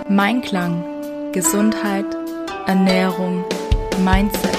Mein Klang, Gesundheit, Ernährung, Mindset.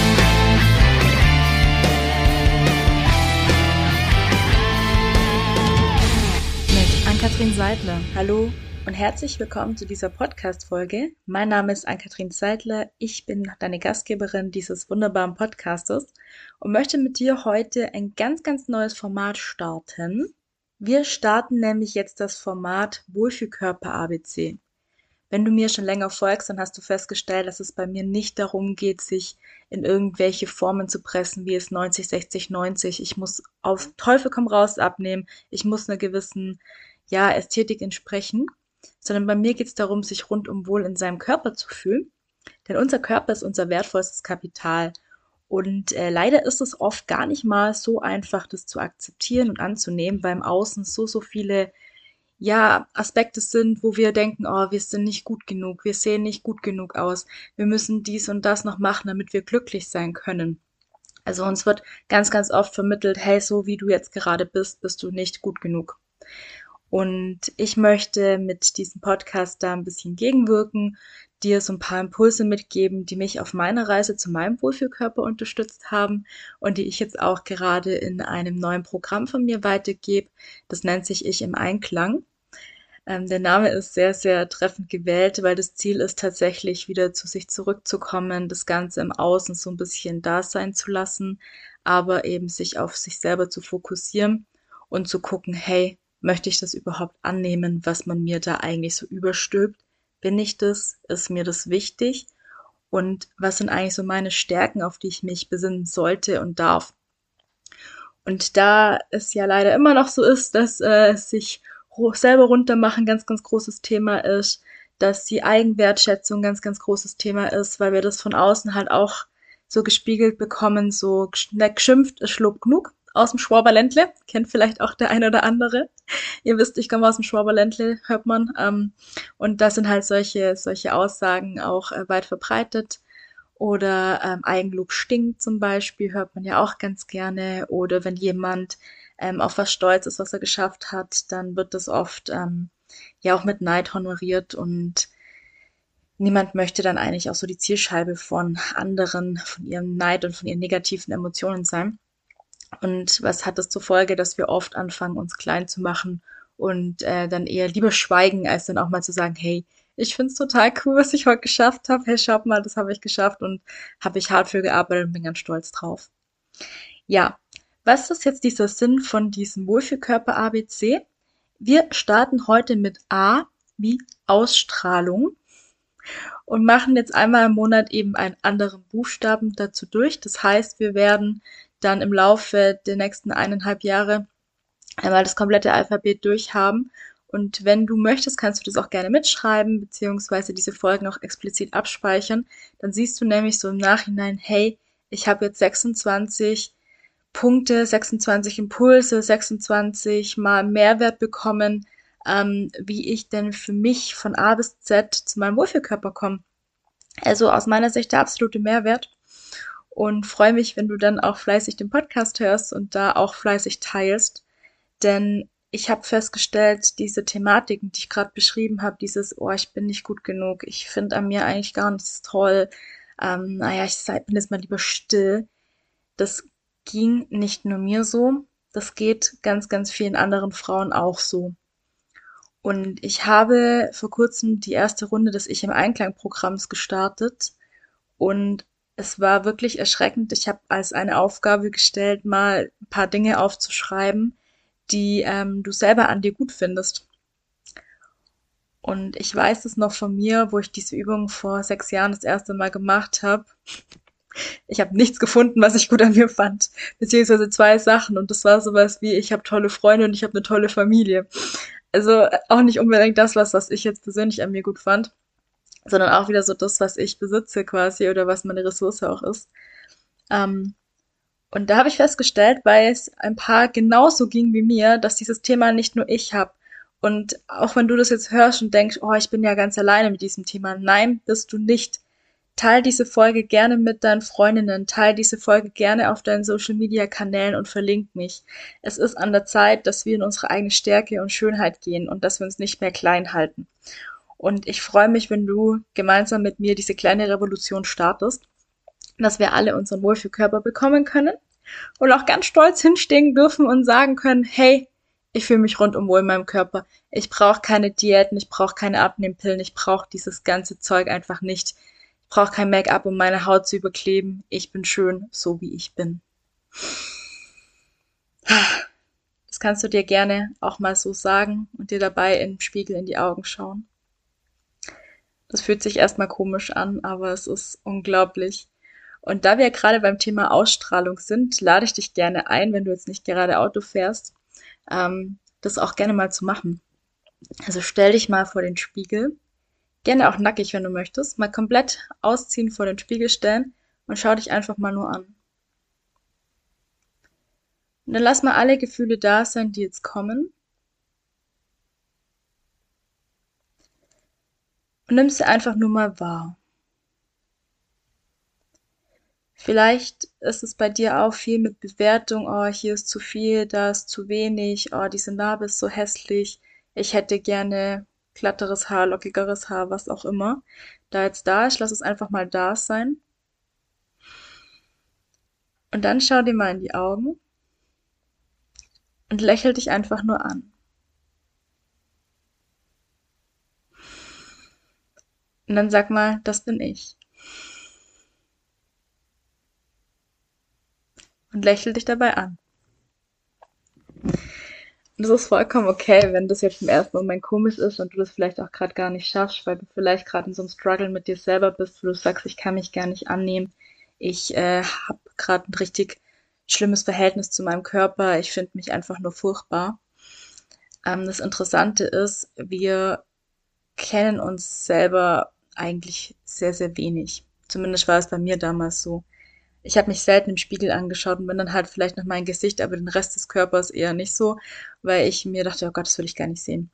Mit Ann-Kathrin Seidler. Hallo und herzlich willkommen zu dieser Podcast-Folge. Mein Name ist Ann-Kathrin Seidler. Ich bin deine Gastgeberin dieses wunderbaren Podcastes und möchte mit dir heute ein ganz, ganz neues Format starten. Wir starten nämlich jetzt das Format Wohlfühlkörper ABC. Wenn du mir schon länger folgst, dann hast du festgestellt, dass es bei mir nicht darum geht, sich in irgendwelche Formen zu pressen, wie es 90, 60, 90. Ich muss auf Teufel komm raus abnehmen. Ich muss einer gewissen, Ästhetik entsprechen. Sondern bei mir geht es darum, sich rundum wohl in seinem Körper zu fühlen. Denn unser Körper ist unser wertvollstes Kapital. Und leider ist es oft gar nicht mal so einfach, das zu akzeptieren und anzunehmen, weil im Außen so viele Aspekte sind, wo wir denken, oh, wir sind nicht gut genug, wir sehen nicht gut genug aus, wir müssen dies und das noch machen, damit wir glücklich sein können. Also uns wird ganz, ganz oft vermittelt, hey, so wie du jetzt gerade bist, bist du nicht gut genug. Und ich möchte mit diesem Podcast da ein bisschen gegenwirken, dir so ein paar Impulse mitgeben, die mich auf meiner Reise zu meinem Wohlfühlkörper unterstützt haben und die ich jetzt auch gerade in einem neuen Programm von mir weitergebe. Das nennt sich Ich im Einklang. Der Name ist sehr, sehr treffend gewählt, weil das Ziel ist tatsächlich wieder zu sich zurückzukommen, das Ganze im Außen so ein bisschen da sein zu lassen, aber eben sich auf sich selber zu fokussieren und zu gucken, hey, möchte ich das überhaupt annehmen, was man mir da eigentlich so überstülpt? Bin ich das? Ist mir das wichtig? Und was sind eigentlich so meine Stärken, auf die ich mich besinnen sollte und darf? Und da es ja leider immer noch so ist, dass sich selber runtermachen ganz, ganz großes Thema ist, dass die Eigenwertschätzung ganz, ganz großes Thema ist, weil wir das von außen halt auch so gespiegelt bekommen, so geschimpft ist Lob genug aus dem Schwaberländle, kennt vielleicht auch der eine oder andere. Ihr wisst, ich komme aus dem Schwaberländle, hört man. Und da sind halt solche Aussagen auch weit verbreitet. Oder Eigenlob stinkt zum Beispiel, hört man ja auch ganz gerne. Oder wenn jemand auf was stolz ist, was er geschafft hat, dann wird das oft auch mit Neid honoriert und niemand möchte dann eigentlich auch so die Zielscheibe von anderen, von ihrem Neid und von ihren negativen Emotionen sein. Und was hat das zur Folge, dass wir oft anfangen, uns klein zu machen und dann eher lieber schweigen, als dann auch mal zu sagen, hey, ich find's total cool, was ich heute geschafft habe. Hey, schaut mal, das habe ich geschafft und habe ich hart für gearbeitet und bin ganz stolz drauf. Ja, was ist jetzt dieser Sinn von diesem Wohlfühlkörper ABC? Wir starten heute mit A wie Ausstrahlung und machen jetzt einmal im Monat eben einen anderen Buchstaben dazu durch. Das heißt, wir werden dann im Laufe der nächsten 1,5 Jahre einmal das komplette Alphabet durchhaben. Und wenn du möchtest, kannst du das auch gerne mitschreiben, beziehungsweise diese Folgen auch explizit abspeichern. Dann siehst du nämlich so im Nachhinein, hey, ich habe jetzt 26 Punkte, 26 Impulse, 26 mal Mehrwert bekommen, wie ich denn für mich von A bis Z zu meinem Wohlfühlkörper komme. Also aus meiner Sicht der absolute Mehrwert. Und freue mich, wenn du dann auch fleißig den Podcast hörst und da auch fleißig teilst. Denn ich habe festgestellt, diese Thematiken, die ich gerade beschrieben habe, dieses, oh, ich bin nicht gut genug, ich finde an mir eigentlich gar nichts toll, ich bin jetzt mal lieber still, das ging nicht nur mir so, das geht ganz, ganz vielen anderen Frauen auch so. Und ich habe vor kurzem die erste Runde des Ich im Einklang-Programms gestartet und es war wirklich erschreckend. Ich habe als eine Aufgabe gestellt, mal ein paar Dinge aufzuschreiben, die du selber an dir gut findest. Und ich weiß es noch von mir, wo ich diese Übung vor 6 Jahren das erste Mal gemacht habe. Ich habe nichts gefunden, was ich gut an mir fand. Beziehungsweise 2 Sachen. Und das war sowas wie, ich habe tolle Freunde und ich habe eine tolle Familie. Also auch nicht unbedingt das, was ich jetzt persönlich an mir gut fand, sondern auch wieder so das, was ich besitze quasi oder was meine Ressource auch ist. Und da habe ich festgestellt, weil es ein paar genauso ging wie mir, dass dieses Thema nicht nur ich habe. Und auch wenn du das jetzt hörst und denkst, oh, ich bin ja ganz alleine mit diesem Thema. Nein, bist du nicht. Teil diese Folge gerne mit deinen Freundinnen, teil diese Folge gerne auf deinen Social-Media-Kanälen und verlink mich. Es ist an der Zeit, dass wir in unsere eigene Stärke und Schönheit gehen und dass wir uns nicht mehr klein halten. Und ich freue mich, wenn du gemeinsam mit mir diese kleine Revolution startest, dass wir alle unseren Wohlfühlkörper bekommen können und auch ganz stolz hinstehen dürfen und sagen können, hey, ich fühle mich rundum wohl in meinem Körper. Ich brauche keine Diäten, ich brauche keine Abnehmpillen, ich brauche dieses ganze Zeug einfach nicht. Ich brauche kein Make-up, um meine Haut zu überkleben. Ich bin schön, so wie ich bin. Das kannst du dir gerne auch mal so sagen und dir dabei im Spiegel in die Augen schauen. Das fühlt sich erstmal komisch an, aber es ist unglaublich. Und da wir gerade beim Thema Ausstrahlung sind, lade ich dich gerne ein, wenn du jetzt nicht gerade Auto fährst, das auch gerne mal zu machen. Also stell dich mal vor den Spiegel, gerne auch nackig, wenn du möchtest, mal komplett ausziehen, vor den Spiegel stellen und schau dich einfach mal nur an. Und dann lass mal alle Gefühle da sein, die jetzt kommen. Und nimm sie einfach nur mal wahr. Vielleicht ist es bei dir auch viel mit Bewertung, oh, hier ist zu viel, da ist zu wenig, oh, diese Narbe ist so hässlich, ich hätte gerne glatteres Haar, lockigeres Haar, was auch immer. Da jetzt da ist, lass es einfach mal da sein. Und dann schau dir mal in die Augen und lächel dich einfach nur an. Und dann sag mal, das bin ich. Und lächel dich dabei an. Und das ist vollkommen okay, wenn das jetzt im ersten Moment komisch ist und du das vielleicht auch gerade gar nicht schaffst, weil du vielleicht gerade in so einem Struggle mit dir selber bist, wo du sagst, ich kann mich gar nicht annehmen. Ich habe gerade ein richtig schlimmes Verhältnis zu meinem Körper. Ich finde mich einfach nur furchtbar. Das Interessante ist, wir kennen uns selber eigentlich sehr, sehr wenig. Zumindest war es bei mir damals so. Ich habe mich selten im Spiegel angeschaut und bin dann halt vielleicht noch mein Gesicht, aber den Rest des Körpers eher nicht so, weil ich mir dachte, oh Gott, das will ich gar nicht sehen.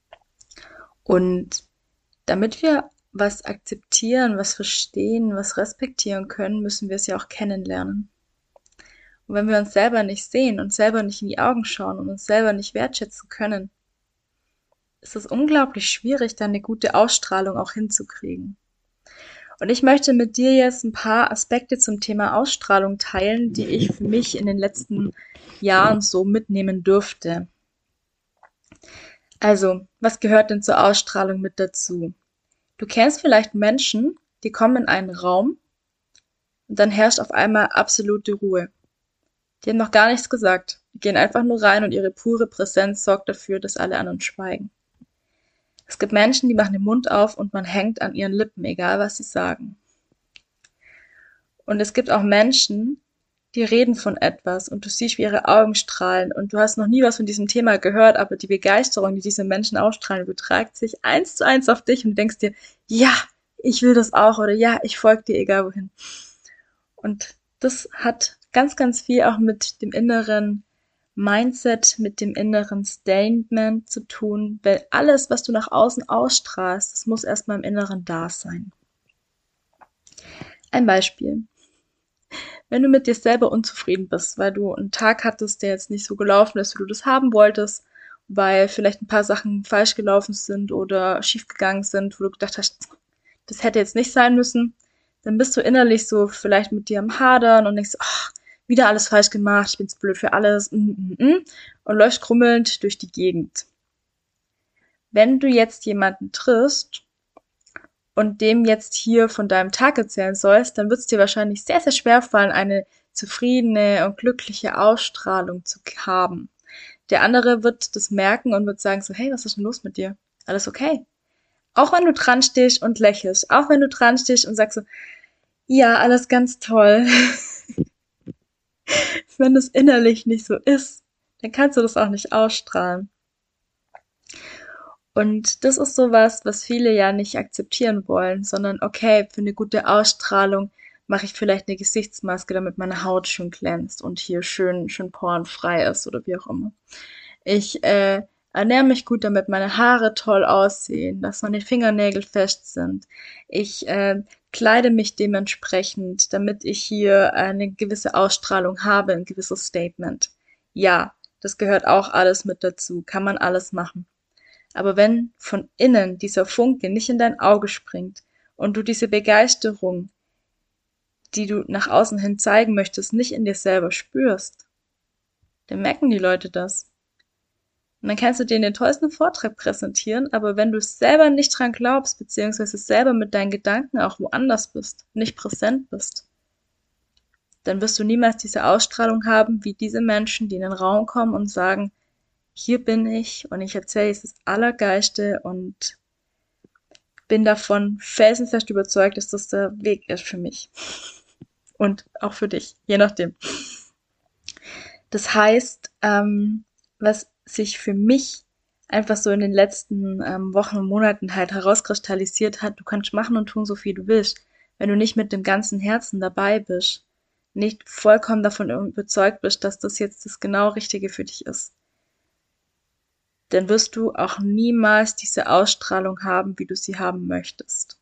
Und damit wir was akzeptieren, was verstehen, was respektieren können, müssen wir es ja auch kennenlernen. Und wenn wir uns selber nicht sehen und selber nicht in die Augen schauen und uns selber nicht wertschätzen können, ist es unglaublich schwierig, da eine gute Ausstrahlung auch hinzukriegen. Und ich möchte mit dir jetzt ein paar Aspekte zum Thema Ausstrahlung teilen, die ich für mich in den letzten Jahren so mitnehmen durfte. Also, was gehört denn zur Ausstrahlung mit dazu? Du kennst vielleicht Menschen, die kommen in einen Raum und dann herrscht auf einmal absolute Ruhe. Die haben noch gar nichts gesagt. Die gehen einfach nur rein und ihre pure Präsenz sorgt dafür, dass alle anderen schweigen. Es gibt Menschen, die machen den Mund auf und man hängt an ihren Lippen, egal was sie sagen. Und es gibt auch Menschen, die reden von etwas und du siehst, wie ihre Augen strahlen und du hast noch nie was von diesem Thema gehört, aber die Begeisterung, die diese Menschen ausstrahlen, übertragt sich 1:1 auf dich und du denkst dir, ja, ich will das auch oder ja, ich folge dir, egal wohin. Und das hat ganz, ganz viel auch mit dem inneren Mindset, mit dem inneren Statement zu tun, weil alles, was du nach außen ausstrahlst, das muss erstmal im Inneren da sein. Ein Beispiel. Wenn du mit dir selber unzufrieden bist, weil du einen Tag hattest, der jetzt nicht so gelaufen ist, wie du das haben wolltest, weil vielleicht ein paar Sachen falsch gelaufen sind oder schiefgegangen sind, wo du gedacht hast, das hätte jetzt nicht sein müssen, dann bist du innerlich so vielleicht mit dir am Hadern und denkst, ach, wieder alles falsch gemacht, ich bin zu blöd für alles, und läufst krummelnd durch die Gegend. Wenn du jetzt jemanden triffst und dem jetzt hier von deinem Tag erzählen sollst, dann wird es dir wahrscheinlich sehr, sehr schwer fallen, eine zufriedene und glückliche Ausstrahlung zu haben. Der andere wird das merken und wird sagen so, hey, was ist denn los mit dir? Alles okay? Auch wenn du dran stehst und lächelst, auch wenn du dran stehst und sagst so, ja, alles ganz toll. Wenn es innerlich nicht so ist, dann kannst du das auch nicht ausstrahlen. Und das ist sowas, was viele ja nicht akzeptieren wollen, sondern okay, für eine gute Ausstrahlung mache ich vielleicht eine Gesichtsmaske, damit meine Haut schön glänzt und hier schön porenfrei ist oder wie auch immer. Ich ernähre mich gut, damit meine Haare toll aussehen, dass meine Fingernägel fest sind. Ich kleide mich dementsprechend, damit ich hier eine gewisse Ausstrahlung habe, ein gewisses Statement. Ja, das gehört auch alles mit dazu, kann man alles machen. Aber wenn von innen dieser Funke nicht in dein Auge springt und du diese Begeisterung, die du nach außen hin zeigen möchtest, nicht in dir selber spürst, dann merken die Leute das. Und dann kannst du denen den tollsten Vortrag präsentieren, aber wenn du selber nicht dran glaubst, beziehungsweise selber mit deinen Gedanken auch woanders bist, nicht präsent bist, dann wirst du niemals diese Ausstrahlung haben, wie diese Menschen, die in den Raum kommen und sagen, hier bin ich und ich erzähle jetzt das Allergeiste und bin davon felsenfest überzeugt, dass das der Weg ist für mich. Und auch für dich, je nachdem. Das heißt, was sich für mich einfach so in den letzten Wochen und Monaten halt herauskristallisiert hat, du kannst machen und tun, so viel du willst. Wenn du nicht mit dem ganzen Herzen dabei bist, nicht vollkommen davon überzeugt bist, dass das jetzt das genau Richtige für dich ist, dann wirst du auch niemals diese Ausstrahlung haben, wie du sie haben möchtest.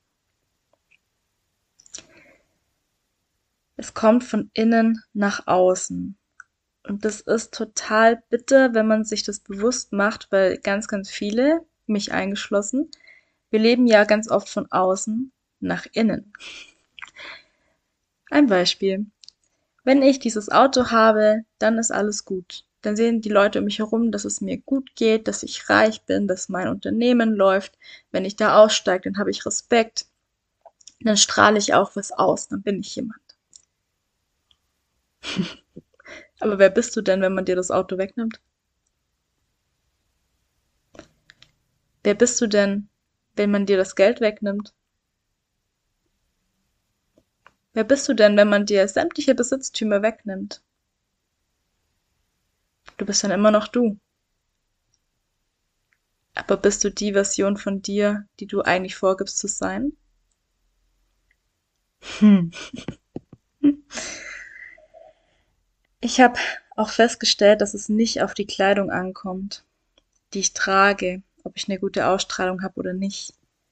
Es kommt von innen nach außen. Und das ist total bitter, wenn man sich das bewusst macht, weil ganz, ganz viele, mich eingeschlossen, wir leben ja ganz oft von außen nach innen. Ein Beispiel. Wenn ich dieses Auto habe, dann ist alles gut. Dann sehen die Leute um mich herum, dass es mir gut geht, dass ich reich bin, dass mein Unternehmen läuft. Wenn ich da aussteige, dann habe ich Respekt. Dann strahle ich auch was aus, dann bin ich jemand. Aber wer bist du denn, wenn man dir das Auto wegnimmt? Wer bist du denn, wenn man dir das Geld wegnimmt? Wer bist du denn, wenn man dir sämtliche Besitztümer wegnimmt? Du bist dann immer noch du. Aber bist du die Version von dir, die du eigentlich vorgibst zu sein? Hm. Ich habe auch festgestellt, dass es nicht auf die Kleidung ankommt, die ich trage, ob ich eine gute Ausstrahlung habe oder nicht.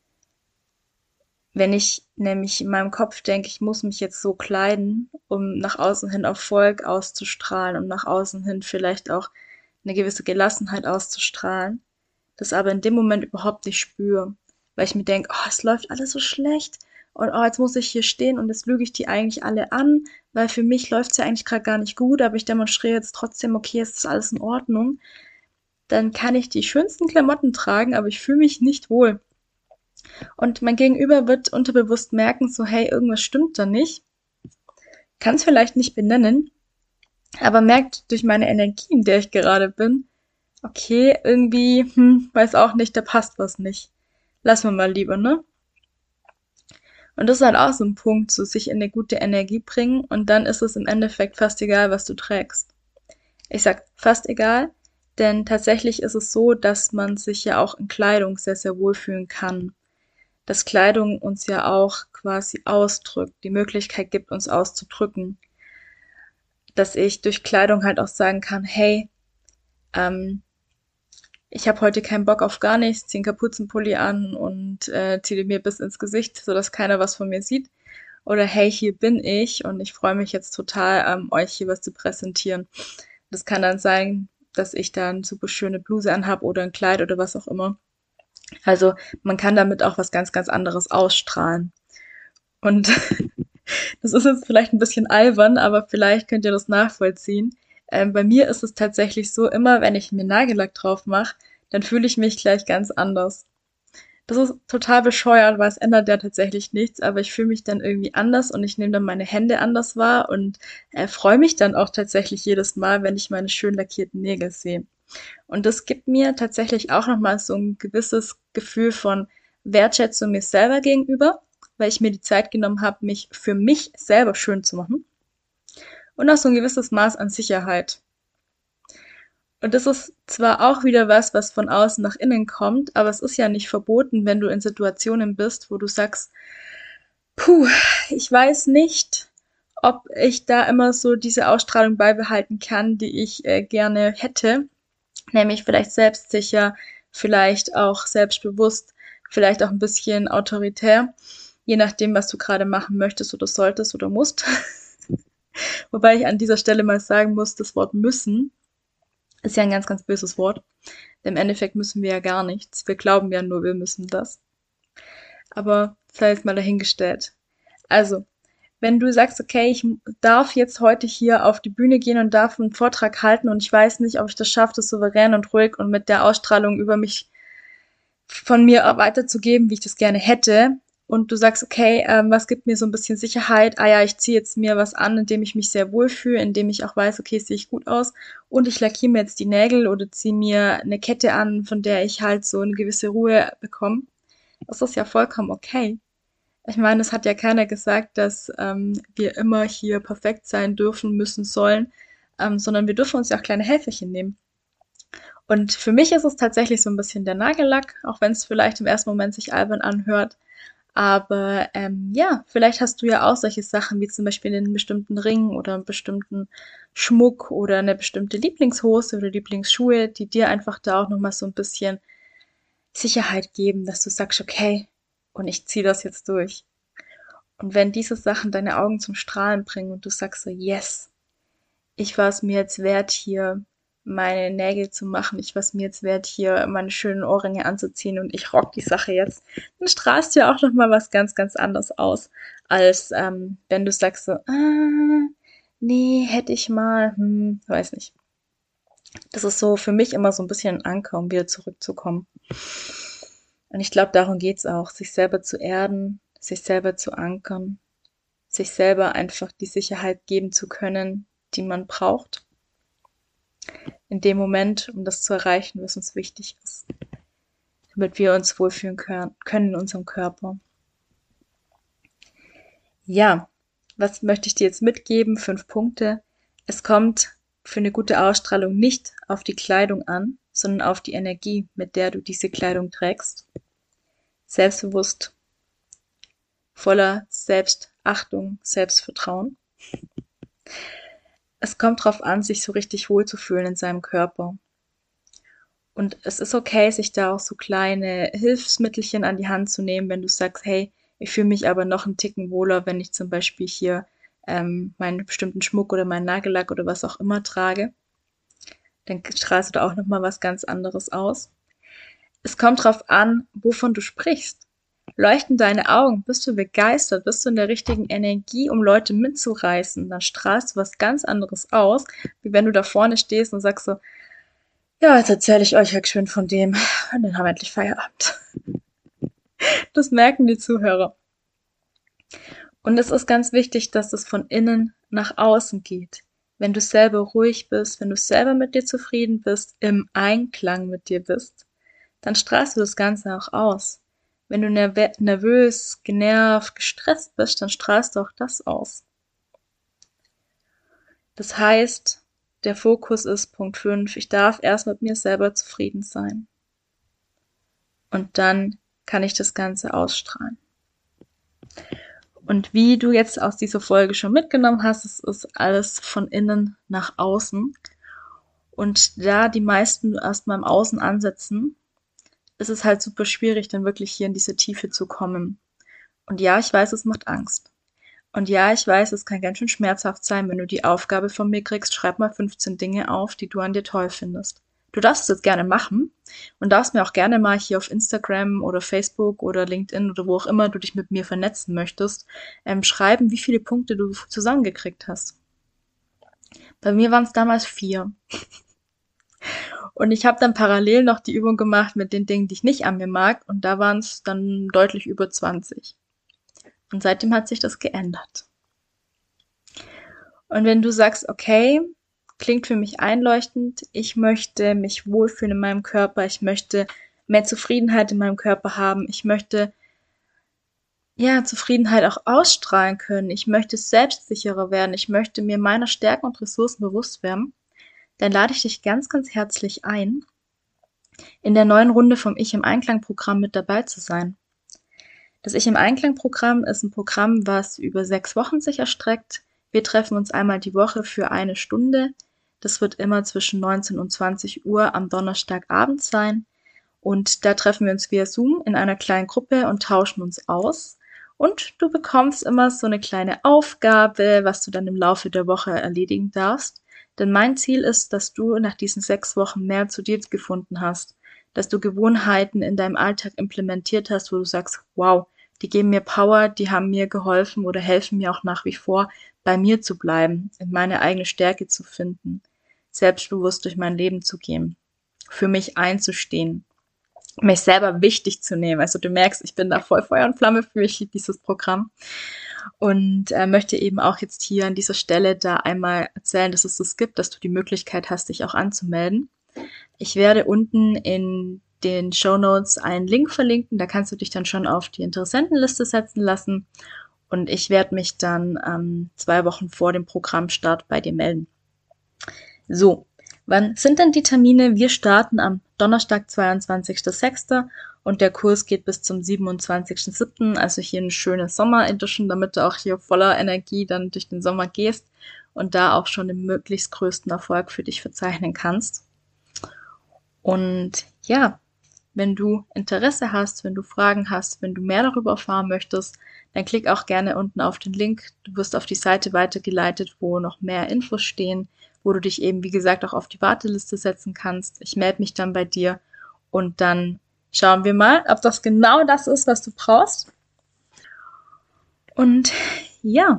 Wenn ich nämlich in meinem Kopf denke, ich muss mich jetzt so kleiden, um nach außen hin Erfolg auszustrahlen, um nach außen hin vielleicht auch eine gewisse Gelassenheit auszustrahlen, das aber in dem Moment überhaupt nicht spüre, weil ich mir denke, oh, es läuft alles so schlecht und oh, jetzt muss ich hier stehen und jetzt lüge ich die eigentlich alle an, weil für mich läuft es ja eigentlich gerade gar nicht gut, aber ich demonstriere jetzt trotzdem, okay, es ist alles in Ordnung, dann kann ich die schönsten Klamotten tragen, aber ich fühle mich nicht wohl. Und mein Gegenüber wird unterbewusst merken, so, hey, irgendwas stimmt da nicht. Kann es vielleicht nicht benennen, aber merkt durch meine Energie, in der ich gerade bin, okay, irgendwie, weiß auch nicht, da passt was nicht. Lassen wir mal lieber, ne? Und das ist halt auch so ein Punkt, so sich in eine gute Energie bringen und dann ist es im Endeffekt fast egal, was du trägst. Ich sag fast egal, denn tatsächlich ist es so, dass man sich ja auch in Kleidung sehr, sehr wohlfühlen kann. Dass Kleidung uns ja auch quasi ausdrückt, die Möglichkeit gibt, uns auszudrücken. Dass ich durch Kleidung halt auch sagen kann, hey, ich habe heute keinen Bock auf gar nichts, ziehe einen Kapuzenpulli an und ziehe mir bis ins Gesicht, sodass keiner was von mir sieht. Oder hey, hier bin ich und ich freue mich jetzt total, euch hier was zu präsentieren. Das kann dann sein, dass ich da eine super schöne Bluse anhab oder ein Kleid oder was auch immer. Also man kann damit auch was ganz, ganz anderes ausstrahlen. Und das ist jetzt vielleicht ein bisschen albern, aber vielleicht könnt ihr das nachvollziehen. Bei mir ist es tatsächlich so, immer wenn ich mir Nagellack drauf mache, dann fühle ich mich gleich ganz anders. Das ist total bescheuert, weil es ändert ja tatsächlich nichts, aber ich fühle mich dann irgendwie anders und ich nehme dann meine Hände anders wahr und freue mich dann auch tatsächlich jedes Mal, wenn ich meine schön lackierten Nägel sehe. Und das gibt mir tatsächlich auch nochmal so ein gewisses Gefühl von Wertschätzung mir selber gegenüber, weil ich mir die Zeit genommen habe, mich für mich selber schön zu machen. Und auch so ein gewisses Maß an Sicherheit. Und das ist zwar auch wieder was, was von außen nach innen kommt, aber es ist ja nicht verboten, wenn du in Situationen bist, wo du sagst, puh, ich weiß nicht, ob ich da immer so diese Ausstrahlung beibehalten kann, die ich gerne hätte. Nämlich vielleicht selbstsicher, vielleicht auch selbstbewusst, vielleicht auch ein bisschen autoritär, je nachdem, was du gerade machen möchtest oder solltest oder musst. Wobei ich an dieser Stelle mal sagen muss, das Wort müssen Ist ja ein ganz, ganz böses Wort. Im Endeffekt müssen wir ja gar nichts. Wir glauben ja nur, wir müssen das. Aber sei jetzt mal dahingestellt. Also, wenn du sagst, okay, ich darf jetzt heute hier auf die Bühne gehen und darf einen Vortrag halten und ich weiß nicht, ob ich das schaffe, das souverän und ruhig und mit der Ausstrahlung über mich von mir weiterzugeben, wie ich das gerne hätte. Und du sagst, okay, was gibt mir so ein bisschen Sicherheit? Ah ja, ich ziehe jetzt mir was an, in dem ich mich sehr wohl fühle, in dem ich auch weiß, okay, sehe ich gut aus. Und ich lackiere mir jetzt die Nägel oder ziehe mir eine Kette an, von der ich halt so eine gewisse Ruhe bekomme. Das ist ja vollkommen okay. Ich meine, es hat ja keiner gesagt, dass wir immer hier perfekt sein dürfen, müssen, sollen, sondern wir dürfen uns ja auch kleine Helferchen nehmen. Und für mich ist es tatsächlich so ein bisschen der Nagellack, auch wenn es vielleicht im ersten Moment sich albern anhört. Aber ja, vielleicht hast du ja auch solche Sachen wie zum Beispiel einen bestimmten Ring oder einen bestimmten Schmuck oder eine bestimmte Lieblingshose oder Lieblingsschuhe, die dir einfach da auch nochmal so ein bisschen Sicherheit geben, dass du sagst, okay, und ich ziehe das jetzt durch. Und wenn diese Sachen deine Augen zum Strahlen bringen und du sagst so, yes, ich war es mir jetzt wert, hier meine Nägel zu machen, ich war es mir jetzt wert, hier meine schönen Ohrringe anzuziehen und ich rock die Sache jetzt, dann strahlst du ja auch nochmal was ganz, ganz anderes aus, als wenn du sagst so, nee, hätte ich mal, weiß nicht. Das ist so für mich immer so ein bisschen ein Anker, um wieder zurückzukommen. Und ich glaube, darum geht's auch, sich selber zu erden, sich selber zu ankern, sich selber einfach die Sicherheit geben zu können, die man braucht in dem Moment, um das zu erreichen, was uns wichtig ist, damit wir uns wohlfühlen können in unserem Körper. Ja, was möchte ich dir jetzt mitgeben? 5 Punkte. Es kommt für eine gute Ausstrahlung nicht auf die Kleidung an, sondern auf die Energie, mit der du diese Kleidung trägst. Selbstbewusst, voller Selbstachtung, Selbstvertrauen. Es kommt darauf an, sich so richtig wohlzufühlen in seinem Körper. Und es ist okay, sich da auch so kleine Hilfsmittelchen an die Hand zu nehmen, wenn du sagst, hey, ich fühle mich aber noch einen Ticken wohler, wenn ich zum Beispiel hier meinen bestimmten Schmuck oder meinen Nagellack oder was auch immer trage. Dann strahlst du da auch nochmal was ganz anderes aus. Es kommt drauf an, wovon du sprichst. Leuchten deine Augen? Bist du begeistert? Bist du in der richtigen Energie, um Leute mitzureißen? Dann strahlst du was ganz anderes aus, wie wenn du da vorne stehst und sagst so, ja, jetzt erzähle ich euch halt schön von dem und dann haben wir endlich Feierabend. Das merken die Zuhörer. Und es ist ganz wichtig, dass es von innen nach außen geht. Wenn du selber ruhig bist, wenn du selber mit dir zufrieden bist, im Einklang mit dir bist, dann strahlst du das Ganze auch aus. Wenn du nervös, genervt, gestresst bist, dann strahlst du auch das aus. Das heißt, der Fokus ist Punkt 5. Ich darf erst mit mir selber zufrieden sein. Und dann kann ich das Ganze ausstrahlen. Und wie du jetzt aus dieser Folge schon mitgenommen hast, es ist alles von innen nach außen. Und da die meisten erstmal im Außen ansetzen, ist es halt super schwierig, dann wirklich hier in diese Tiefe zu kommen. Und ja, ich weiß, es macht Angst. Und ja, ich weiß, es kann ganz schön schmerzhaft sein, wenn du die Aufgabe von mir kriegst, schreib mal 15 Dinge auf, die du an dir toll findest. Du darfst es jetzt gerne machen und darfst mir auch gerne mal hier auf Instagram oder Facebook oder LinkedIn oder wo auch immer du dich mit mir vernetzen möchtest, schreiben, wie viele Punkte du zusammengekriegt hast. Bei mir waren es damals 4. Und ich habe dann parallel noch die Übung gemacht mit den Dingen, die ich nicht an mir mag und da waren es dann deutlich über 20. Und seitdem hat sich das geändert. Und wenn du sagst, okay, klingt für mich einleuchtend, ich möchte mich wohlfühlen in meinem Körper, ich möchte mehr Zufriedenheit in meinem Körper haben, ich möchte ja Zufriedenheit auch ausstrahlen können, ich möchte selbstsicherer werden, ich möchte mir meiner Stärken und Ressourcen bewusst werden, dann lade ich dich ganz, ganz herzlich ein, in der neuen Runde vom Ich im Einklang-Programm mit dabei zu sein. Das Ich im Einklang-Programm ist ein Programm, was über 6 Wochen sich erstreckt. Wir treffen uns einmal die Woche für 1 Stunde. Das wird immer zwischen 19 und 20 Uhr am Donnerstagabend sein. Und da treffen wir uns via Zoom in einer kleinen Gruppe und tauschen uns aus. Und du bekommst immer so eine kleine Aufgabe, was du dann im Laufe der Woche erledigen darfst. Denn mein Ziel ist, dass du nach diesen 6 Wochen mehr zu dir gefunden hast, dass du Gewohnheiten in deinem Alltag implementiert hast, wo du sagst, wow, die geben mir Power, die haben mir geholfen oder helfen mir auch nach wie vor, bei mir zu bleiben, in meine eigene Stärke zu finden, selbstbewusst durch mein Leben zu gehen, für mich einzustehen, mich selber wichtig zu nehmen. Also du merkst, ich bin da voll Feuer und Flamme für, ich liebe dieses Programm und möchte eben auch jetzt hier an dieser Stelle da einmal erzählen, dass es das gibt, dass du die Möglichkeit hast, dich auch anzumelden. Ich werde unten in den Shownotes einen Link verlinken, da kannst du dich dann schon auf die Interessentenliste setzen lassen und ich werde mich dann 2 Wochen vor dem Programmstart bei dir melden. So, wann sind denn die Termine? Wir starten am Donnerstag, 22.06. und der Kurs geht bis zum 27.07., also hier eine schöne Sommer-Edition, damit du auch hier voller Energie dann durch den Sommer gehst und da auch schon den möglichst größten Erfolg für dich verzeichnen kannst. Und ja, wenn du Interesse hast, wenn du Fragen hast, wenn du mehr darüber erfahren möchtest, dann klick auch gerne unten auf den Link. Du wirst auf die Seite weitergeleitet, wo noch mehr Infos stehen, wo du dich eben, wie gesagt, auch auf die Warteliste setzen kannst. Ich melde mich dann bei dir und dann schauen wir mal, ob das genau das ist, was du brauchst. Und ja,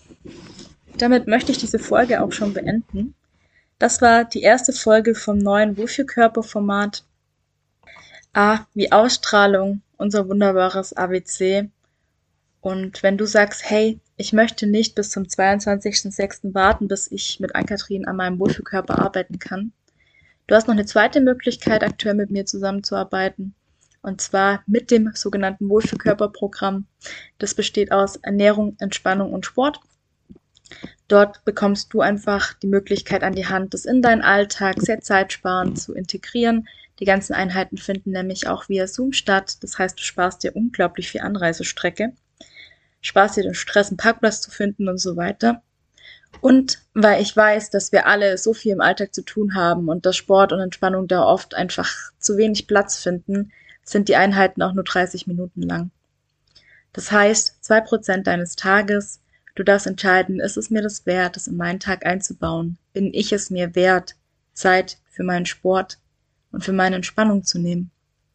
damit möchte ich diese Folge auch schon beenden. Das war die erste Folge vom neuen Wohlfühlkörper-Format. A wie Ausstrahlung, unser wunderbares ABC. Und wenn du sagst, hey, ich möchte nicht bis zum 22.06. warten, bis ich mit Ann-Kathrin an meinem Wohlfühlkörper arbeiten kann. Du hast noch eine zweite Möglichkeit, aktuell mit mir zusammenzuarbeiten. Und zwar mit dem sogenannten Wohlfühlkörperprogramm. Das besteht aus Ernährung, Entspannung und Sport. Dort bekommst du einfach die Möglichkeit an die Hand, das in deinen Alltag sehr zeitsparend zu integrieren. Die ganzen Einheiten finden nämlich auch via Zoom statt. Das heißt, du sparst dir unglaublich viel Anreisestrecke, sparst dir den Stress, einen Parkplatz zu finden und so weiter. Und weil ich weiß, dass wir alle so viel im Alltag zu tun haben und dass Sport und Entspannung da oft einfach zu wenig Platz finden, sind die Einheiten auch nur 30 Minuten lang. Das heißt, 2% deines Tages. Du darfst entscheiden, ist es mir das wert, das in meinen Tag einzubauen? Bin ich es mir wert, Zeit für meinen Sport und für meine Entspannung zu nehmen?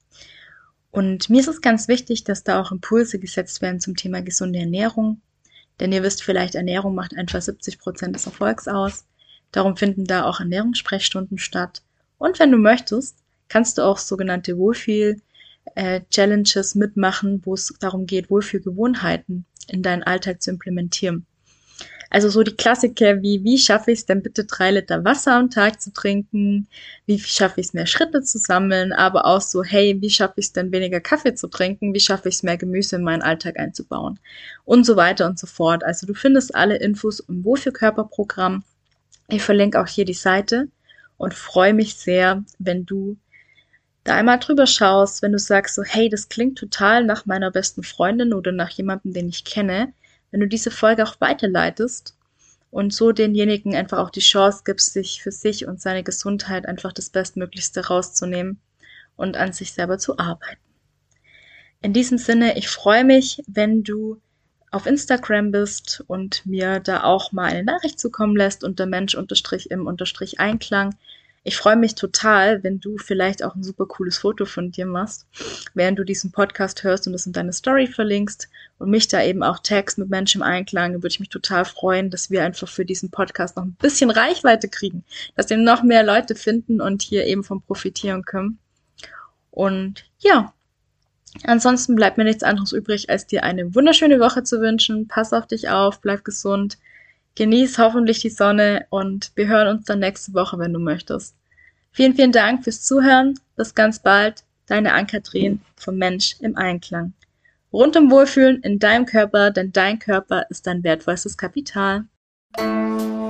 Und mir ist es ganz wichtig, dass da auch Impulse gesetzt werden zum Thema gesunde Ernährung. Denn ihr wisst vielleicht, Ernährung macht einfach 70% des Erfolgs aus. Darum finden da auch Ernährungssprechstunden statt. Und wenn du möchtest, kannst du auch sogenannte Wohlfühl-Challenges mitmachen, wo es darum geht, Wohlfühlgewohnheiten in deinen Alltag zu implementieren. Also so die Klassiker wie schaffe ich es denn bitte 3 Liter Wasser am Tag zu trinken, wie schaffe ich es mehr Schritte zu sammeln, aber auch so, hey, wie schaffe ich es denn weniger Kaffee zu trinken, wie schaffe ich es mehr Gemüse in meinen Alltag einzubauen und so weiter und so fort. Also du findest alle Infos im Wohlfühlkörperprogramm. Ich verlinke auch hier die Seite und freue mich sehr, wenn du da einmal drüber schaust, wenn du sagst so, hey, das klingt total nach meiner besten Freundin oder nach jemandem, den ich kenne, wenn du diese Folge auch weiterleitest und so denjenigen einfach auch die Chance gibst, sich für sich und seine Gesundheit einfach das Bestmöglichste rauszunehmen und an sich selber zu arbeiten. In diesem Sinne, ich freue mich, wenn du auf Instagram bist und mir da auch mal eine Nachricht zukommen lässt unter Mensch_im_Einklang. Ich freue mich total, wenn du vielleicht auch ein super cooles Foto von dir machst, während du diesen Podcast hörst und das in deine Story verlinkst und mich da eben auch taggst mit Mensch im Einklang. Würde ich mich total freuen, dass wir einfach für diesen Podcast noch ein bisschen Reichweite kriegen, dass den noch mehr Leute finden und hier eben von profitieren können. Und ja, ansonsten bleibt mir nichts anderes übrig, als dir eine wunderschöne Woche zu wünschen. Pass auf dich auf, bleib gesund. Genieß hoffentlich die Sonne und wir hören uns dann nächste Woche, wenn du möchtest. Vielen, vielen Dank fürs Zuhören. Bis ganz bald. Deine Ann-Kathrin vom Mensch im Einklang. Rundum Wohlfühlen in deinem Körper, denn dein Körper ist dein wertvollstes Kapital.